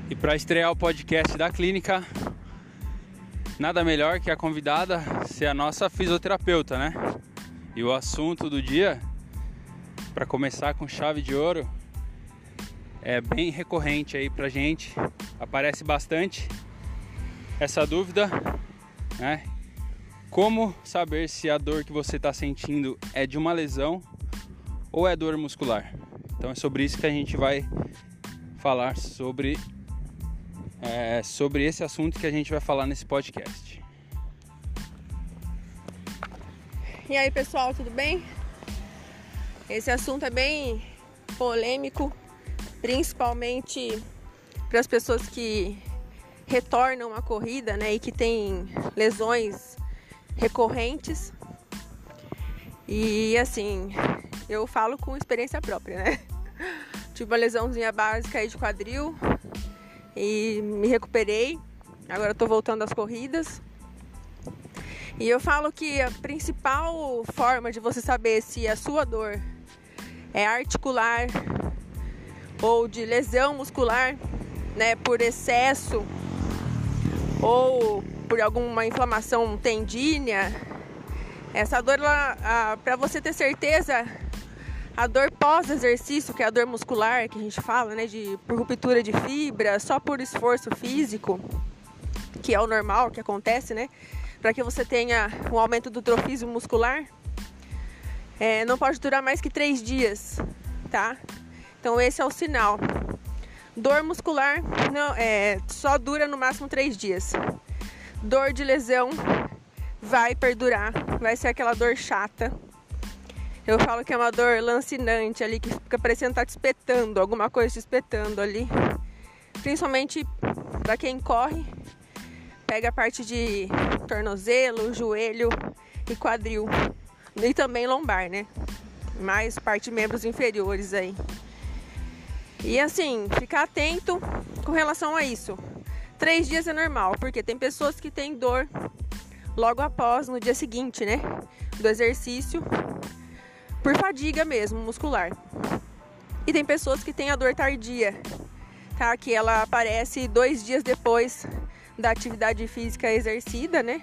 E para estrear o podcast da clínica, nada melhor que a convidada ser a nossa fisioterapeuta, né? E o assunto do dia, para começar com chave de ouro, é bem recorrente aí pra gente, aparece bastante essa dúvida, né? Como saber se a dor que você está sentindo é de uma lesão ou é dor muscular? Então é sobre isso que a gente vai falar sobre esse assunto que a gente vai falar nesse podcast. E aí, pessoal, tudo bem? Esse assunto é bem polêmico, principalmente para as pessoas que retornam à corrida, né, e que têm lesões recorrentes. E assim, eu falo com experiência própria, né? Tive uma lesãozinha básica aí de quadril e me recuperei. Agora eu tô voltando às corridas. E eu falo que a principal forma de você saber se a sua dor é articular ou de lesão muscular, né, por excesso ou por alguma inflamação tendínea, essa dor, para você ter certeza, a dor pós-exercício, que é a dor muscular que a gente fala, né, por ruptura de fibra, só por esforço físico, que é o normal, que acontece, né, para que você tenha um aumento do trofismo muscular, não pode durar mais que 3 dias, tá? Então esse é o sinal. Dor muscular não, só dura no máximo 3 dias. Dor de lesão vai perdurar, vai ser aquela dor chata. Eu falo que é uma dor lancinante ali, que fica parecendo estar te espetando, alguma coisa te espetando ali. Principalmente para quem corre, pega a parte de tornozelo, joelho e quadril. E também lombar, né? Mais parte de membros inferiores aí. E assim, ficar atento com relação a isso. 3 dias é normal, porque tem pessoas que têm dor logo após, no dia seguinte, né, do exercício, por fadiga mesmo, muscular. E tem pessoas que têm a dor tardia, tá, que ela aparece 2 dias depois da atividade física exercida, né.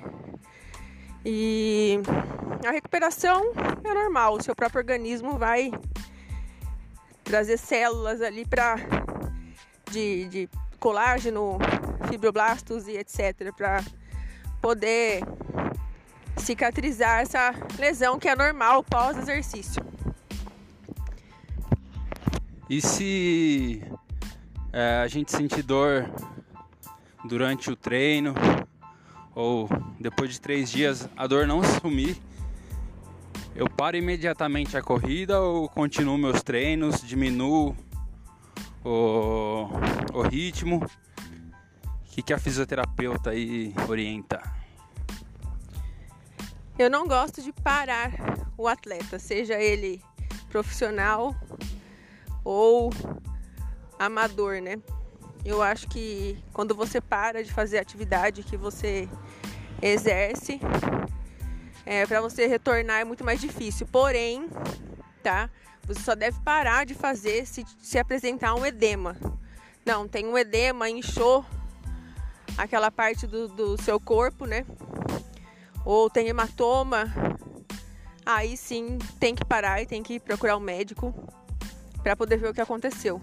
E a recuperação é normal, o seu próprio organismo vai trazer células ali de colágeno, fibroblastos e etc. para poder cicatrizar essa lesão que é normal pós-exercício. E se a gente sentir dor durante o treino ou depois de 3 dias a dor não sumir, eu paro imediatamente a corrida ou continuo meus treinos, diminuo o ritmo? O que a fisioterapeuta aí orienta? Eu não gosto de parar o atleta, seja ele profissional ou amador, né? Eu acho que quando você para de fazer a atividade que você exerce, para você retornar é muito mais difícil. Porém, tá? Você só deve parar de fazer se apresentar um edema. Não, tem um edema, inchou aquela parte do seu corpo, né? Ou tem hematoma, aí sim tem que parar e tem que procurar um médico para poder ver o que aconteceu.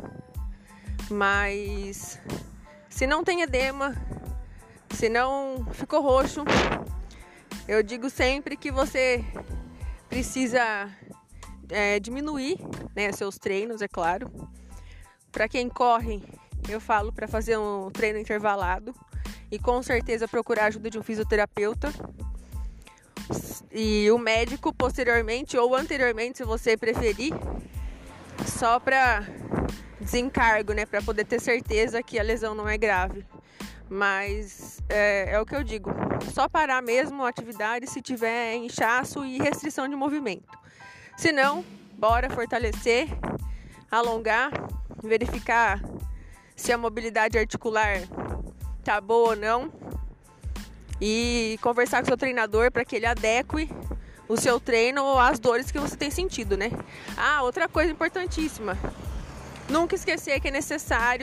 Mas se não tem edema, se não ficou roxo, eu digo sempre que você precisa diminuir, né, seus treinos, é claro. Para quem corre, eu falo para fazer um treino intervalado e com certeza procurar a ajuda de um fisioterapeuta e o médico posteriormente ou anteriormente, se você preferir, só para desencargo, né, para poder ter certeza que a lesão não é grave. Mas é o que eu digo, só parar mesmo a atividade se tiver inchaço e restrição de movimento. Se não, bora fortalecer, alongar, verificar se a mobilidade articular tá boa ou não e conversar com o seu treinador para que ele adeque o seu treino às dores que você tem sentido, né? Outra coisa importantíssima, nunca esquecer que é necessário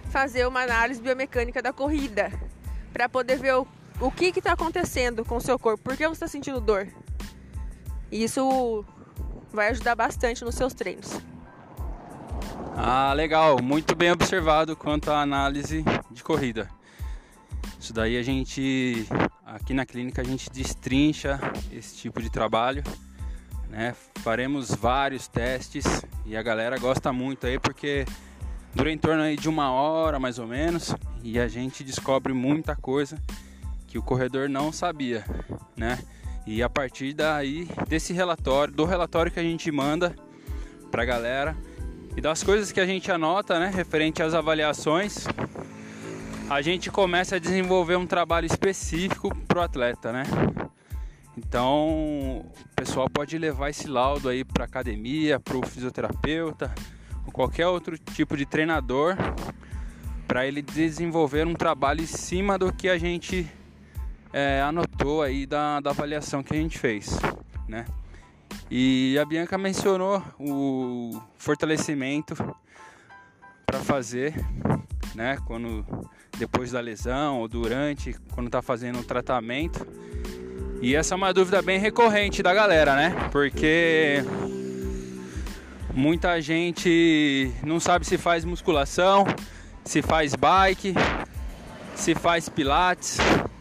fazer uma análise biomecânica da corrida, para poder ver o que está acontecendo com o seu corpo, por que você está sentindo dor. E isso vai ajudar bastante nos seus treinos. Ah, legal, muito bem observado quanto à análise de corrida. Isso daí aqui na clínica a gente destrincha esse tipo de trabalho, né? Faremos vários testes e a galera gosta muito aí porque dura em torno aí de 1 hora mais ou menos e a gente descobre muita coisa que o corredor não sabia, né? E a partir daí do relatório que a gente manda pra galera e das coisas que a gente anota, né, referente às avaliações, a gente começa a desenvolver um trabalho específico pro atleta, né? Então, o pessoal pode levar esse laudo aí para academia, para o fisioterapeuta, ou qualquer outro tipo de treinador, para ele desenvolver um trabalho em cima do que a gente anotou aí da avaliação que a gente fez, né? E a Bianca mencionou o fortalecimento para fazer, né? Depois da lesão ou durante, quando está fazendo o tratamento. E essa é uma dúvida bem recorrente da galera, né? Porque muita gente não sabe se faz musculação, se faz bike, se faz pilates,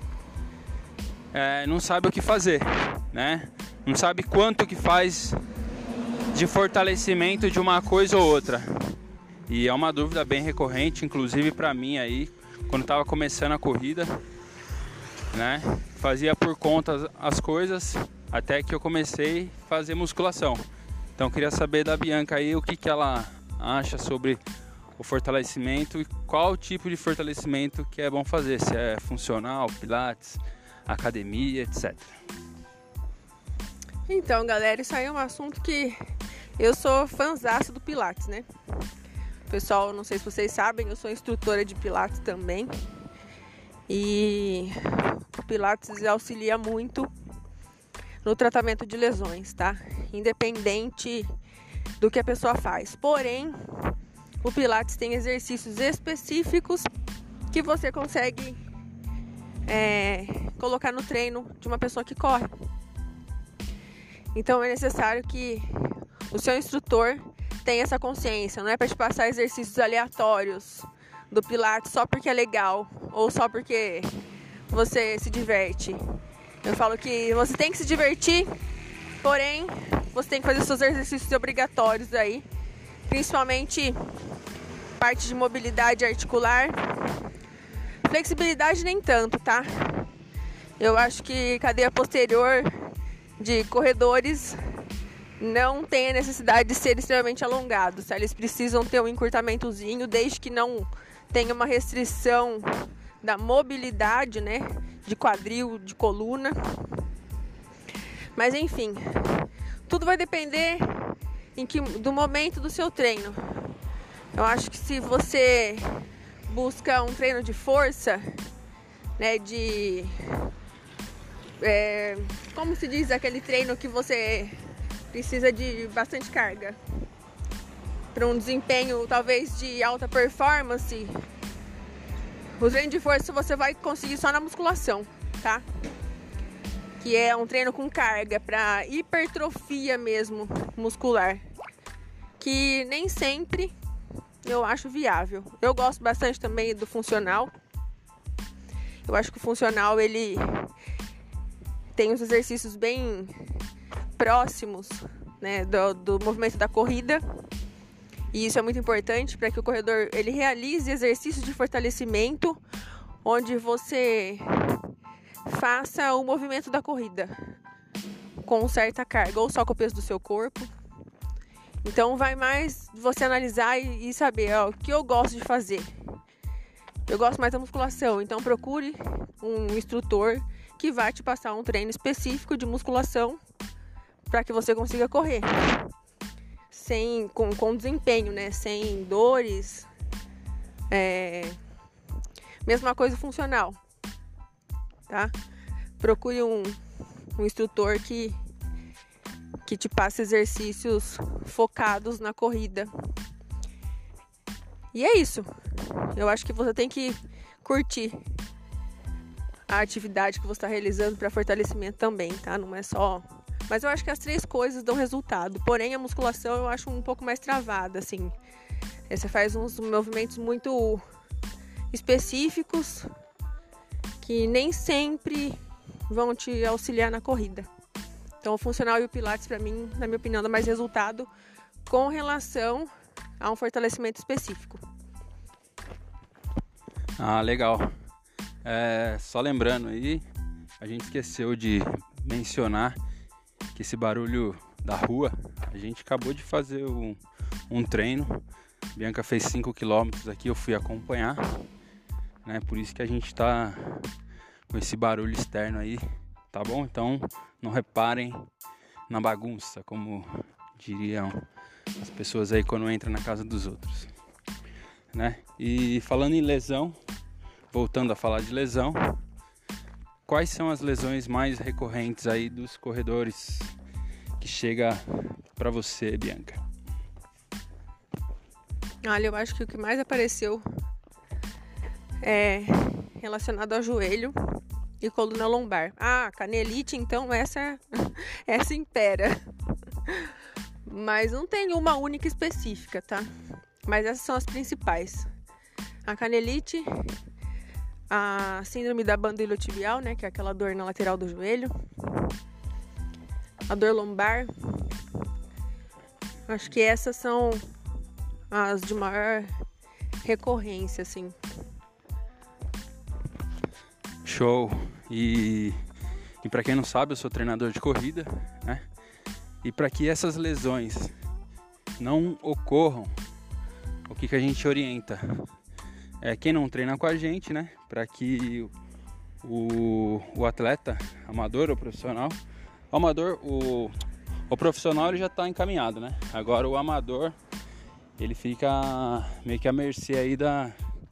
não sabe o que fazer, né? Não sabe quanto que faz de fortalecimento de uma coisa ou outra. E é uma dúvida bem recorrente, inclusive para mim aí, quando estava começando a corrida, né? Fazia por conta as coisas até que eu comecei a fazer musculação. Então queria saber da Bianca aí o que ela acha sobre o fortalecimento e qual tipo de fortalecimento que é bom fazer, se é funcional, pilates, academia, etc. Então, galera, isso aí é um assunto que eu sou fãzaça do pilates, né? Pessoal, não sei se vocês sabem, eu sou instrutora de pilates também. E o pilates auxilia muito no tratamento de lesões, tá? Independente do que a pessoa faz. Porém, o pilates tem exercícios específicos que você consegue colocar no treino de uma pessoa que corre. Então é necessário que o seu instrutor tenha essa consciência. Não é para te passar exercícios aleatórios do pilates só porque é legal ou só porque você se diverte. Eu falo que você tem que se divertir, porém você tem que fazer seus exercícios obrigatórios aí, principalmente parte de mobilidade articular. Flexibilidade nem tanto, tá? Eu acho que cadeia posterior de corredores não tem a necessidade de ser extremamente alongados, tá? Eles precisam ter um encurtamentozinho, desde que não tenha uma restrição da mobilidade, né? De quadril, de coluna. Mas enfim, tudo vai depender do momento do seu treino. Eu acho que se você busca um treino de força, né? Como se diz, aquele treino que você precisa de bastante carga para um desempenho talvez de alta performance, o treino de força você vai conseguir só na musculação, tá? Que é um treino com carga para hipertrofia mesmo muscular, que nem sempre eu acho viável. Eu gosto bastante também do funcional. Eu acho que o funcional ele tem os exercícios bem próximos, né, do movimento da corrida, e isso é muito importante para que o corredor ele realize exercícios de fortalecimento onde você faça o movimento da corrida com certa carga ou só com o peso do seu corpo. Então vai mais você analisar e saber o que eu gosto de fazer. Eu gosto mais da musculação, então procure um instrutor que vai te passar um treino específico de musculação para que você consiga correr com desempenho, né? Sem dores. Mesma coisa funcional, tá? Procure um instrutor que te passe exercícios focados na corrida. E é isso. Eu acho que você tem que curtir a atividade que você está realizando para fortalecimento também, tá? Não é só... Mas eu acho que as 3 coisas dão resultado. Porém, a musculação eu acho um pouco mais travada, assim. Você faz uns movimentos muito específicos que nem sempre vão te auxiliar na corrida. Então, o funcional e o pilates, para mim, na minha opinião, dá mais resultado com relação a um fortalecimento específico. Ah, legal. Só lembrando aí, a gente esqueceu de mencionar que esse barulho da rua, a gente acabou de fazer um treino. A Bianca fez 5 km aqui, eu fui acompanhar, né? Por isso que a gente tá com esse barulho externo aí, tá bom? Então não reparem na bagunça, como diriam as pessoas aí quando entram na casa dos outros, né? E falando em lesão, voltando a falar de lesão, quais são as lesões mais recorrentes aí dos corredores que chega para você, Bianca? Olha, eu acho que o que mais apareceu é relacionado ao joelho e coluna lombar. Ah, canelite, então essa impera. Mas não tem uma única específica, tá? Mas essas são as principais. A canelite, a síndrome da banda iliotibial, né? Que é aquela dor na lateral do joelho. A dor lombar. Acho que essas são as de maior recorrência, assim. Show! E para quem não sabe, eu sou treinador de corrida, né? E para que essas lesões não ocorram, o que a gente orienta? Quem não treina com a gente, né? Para que o atleta, amador ou profissional, o profissional ele já está encaminhado, né? Agora o amador, ele fica meio que à mercê aí da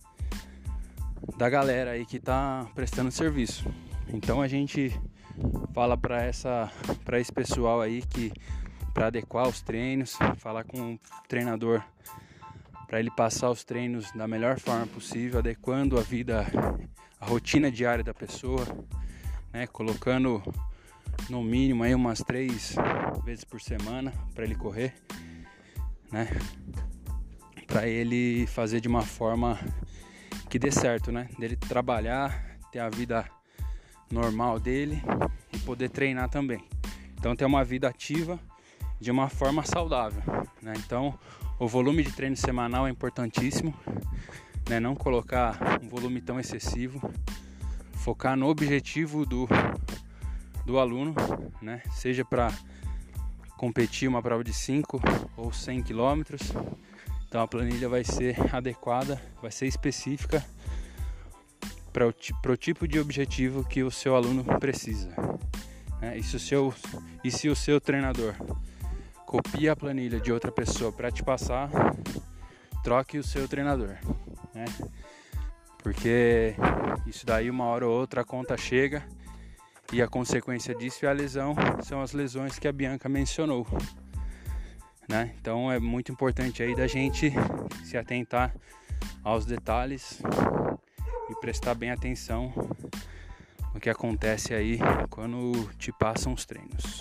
galera aí que está prestando serviço. Então a gente fala para esse pessoal aí que para adequar os treinos, falar com o treinador para ele passar os treinos da melhor forma possível, adequando a rotina diária da pessoa, né? Colocando no mínimo aí umas 3 vezes por semana para ele correr, né? Para ele fazer de uma forma que dê certo, né? Dele trabalhar, ter a vida normal dele e poder treinar também. Então ter uma vida ativa de uma forma saudável, né? Então o volume de treino semanal é importantíssimo, né? Não colocar um volume tão excessivo, focar no objetivo do aluno, né? Seja para competir uma prova de 5 ou 100 quilômetros. Então a planilha vai ser adequada, vai ser específica para o tipo de objetivo que o seu aluno precisa, né? E se o seu treinador copia a planilha de outra pessoa para te passar, troque o seu treinador, né? Porque isso daí uma hora ou outra a conta chega e a consequência disso e a lesão são as lesões que a Bianca mencionou, né? Então é muito importante aí da gente se atentar aos detalhes e prestar bem atenção no que acontece aí quando te passam os treinos.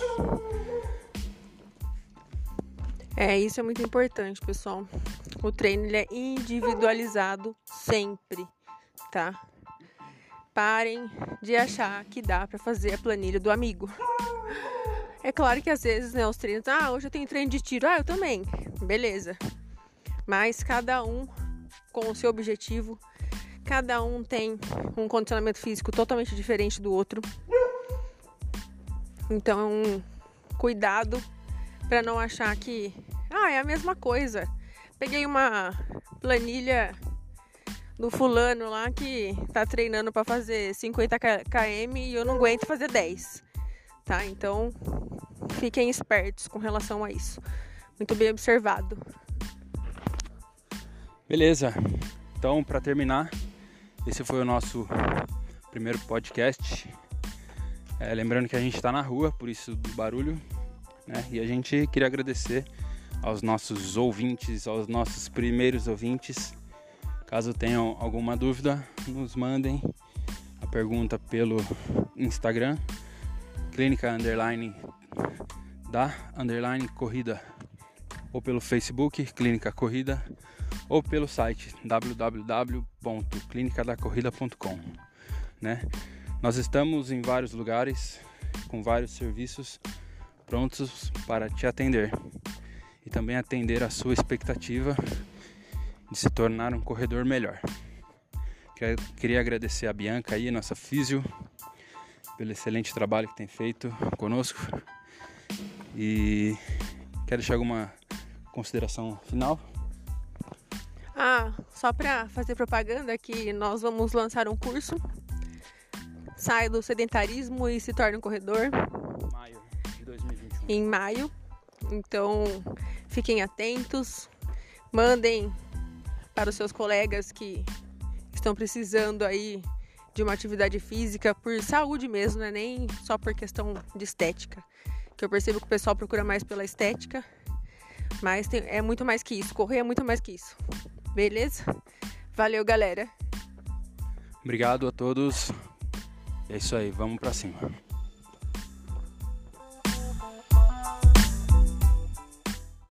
Isso é muito importante, pessoal. O treino ele é individualizado sempre, tá? Parem de achar que dá pra fazer a planilha do amigo. É claro que às vezes, né, os treinos... hoje eu tenho treino de tiro. Eu também. Beleza. Mas cada um com o seu objetivo. Cada um tem um condicionamento físico totalmente diferente do outro. Então, cuidado para não achar que... é a mesma coisa. Peguei uma planilha do fulano lá que tá treinando para fazer 50 km e eu não aguento fazer 10. Tá? Então, fiquem espertos com relação a isso. Muito bem observado. Beleza. Então, para terminar, esse foi o nosso primeiro podcast. Lembrando que a gente está na rua, por isso do barulho, né? E a gente queria agradecer aos nossos ouvintes, aos nossos primeiros ouvintes Caso tenham alguma dúvida, nos mandem a pergunta pelo Instagram, clínica_da_corrida, ou pelo Facebook, Clínica Corrida, ou pelo site www.clinicadacorrida.com, né? Nós estamos em vários lugares, com vários serviços prontos para te atender e também atender a sua expectativa de se tornar um corredor melhor. Queria agradecer a Bianca aí, nossa físio, pelo excelente trabalho que tem feito conosco, e quer deixar alguma consideração final? Só para fazer propaganda que nós vamos lançar um curso. Sai do sedentarismo e se torne um corredor. Maio de 2021. Em maio. Então, fiquem atentos. Mandem para os seus colegas que estão precisando aí de uma atividade física por saúde mesmo, né? Nem só por questão de estética. Que eu percebo que o pessoal procura mais pela estética. Mas é muito mais que isso. Correr é muito mais que isso. Beleza? Valeu, galera. Obrigado a todos. É isso aí, vamos pra cima.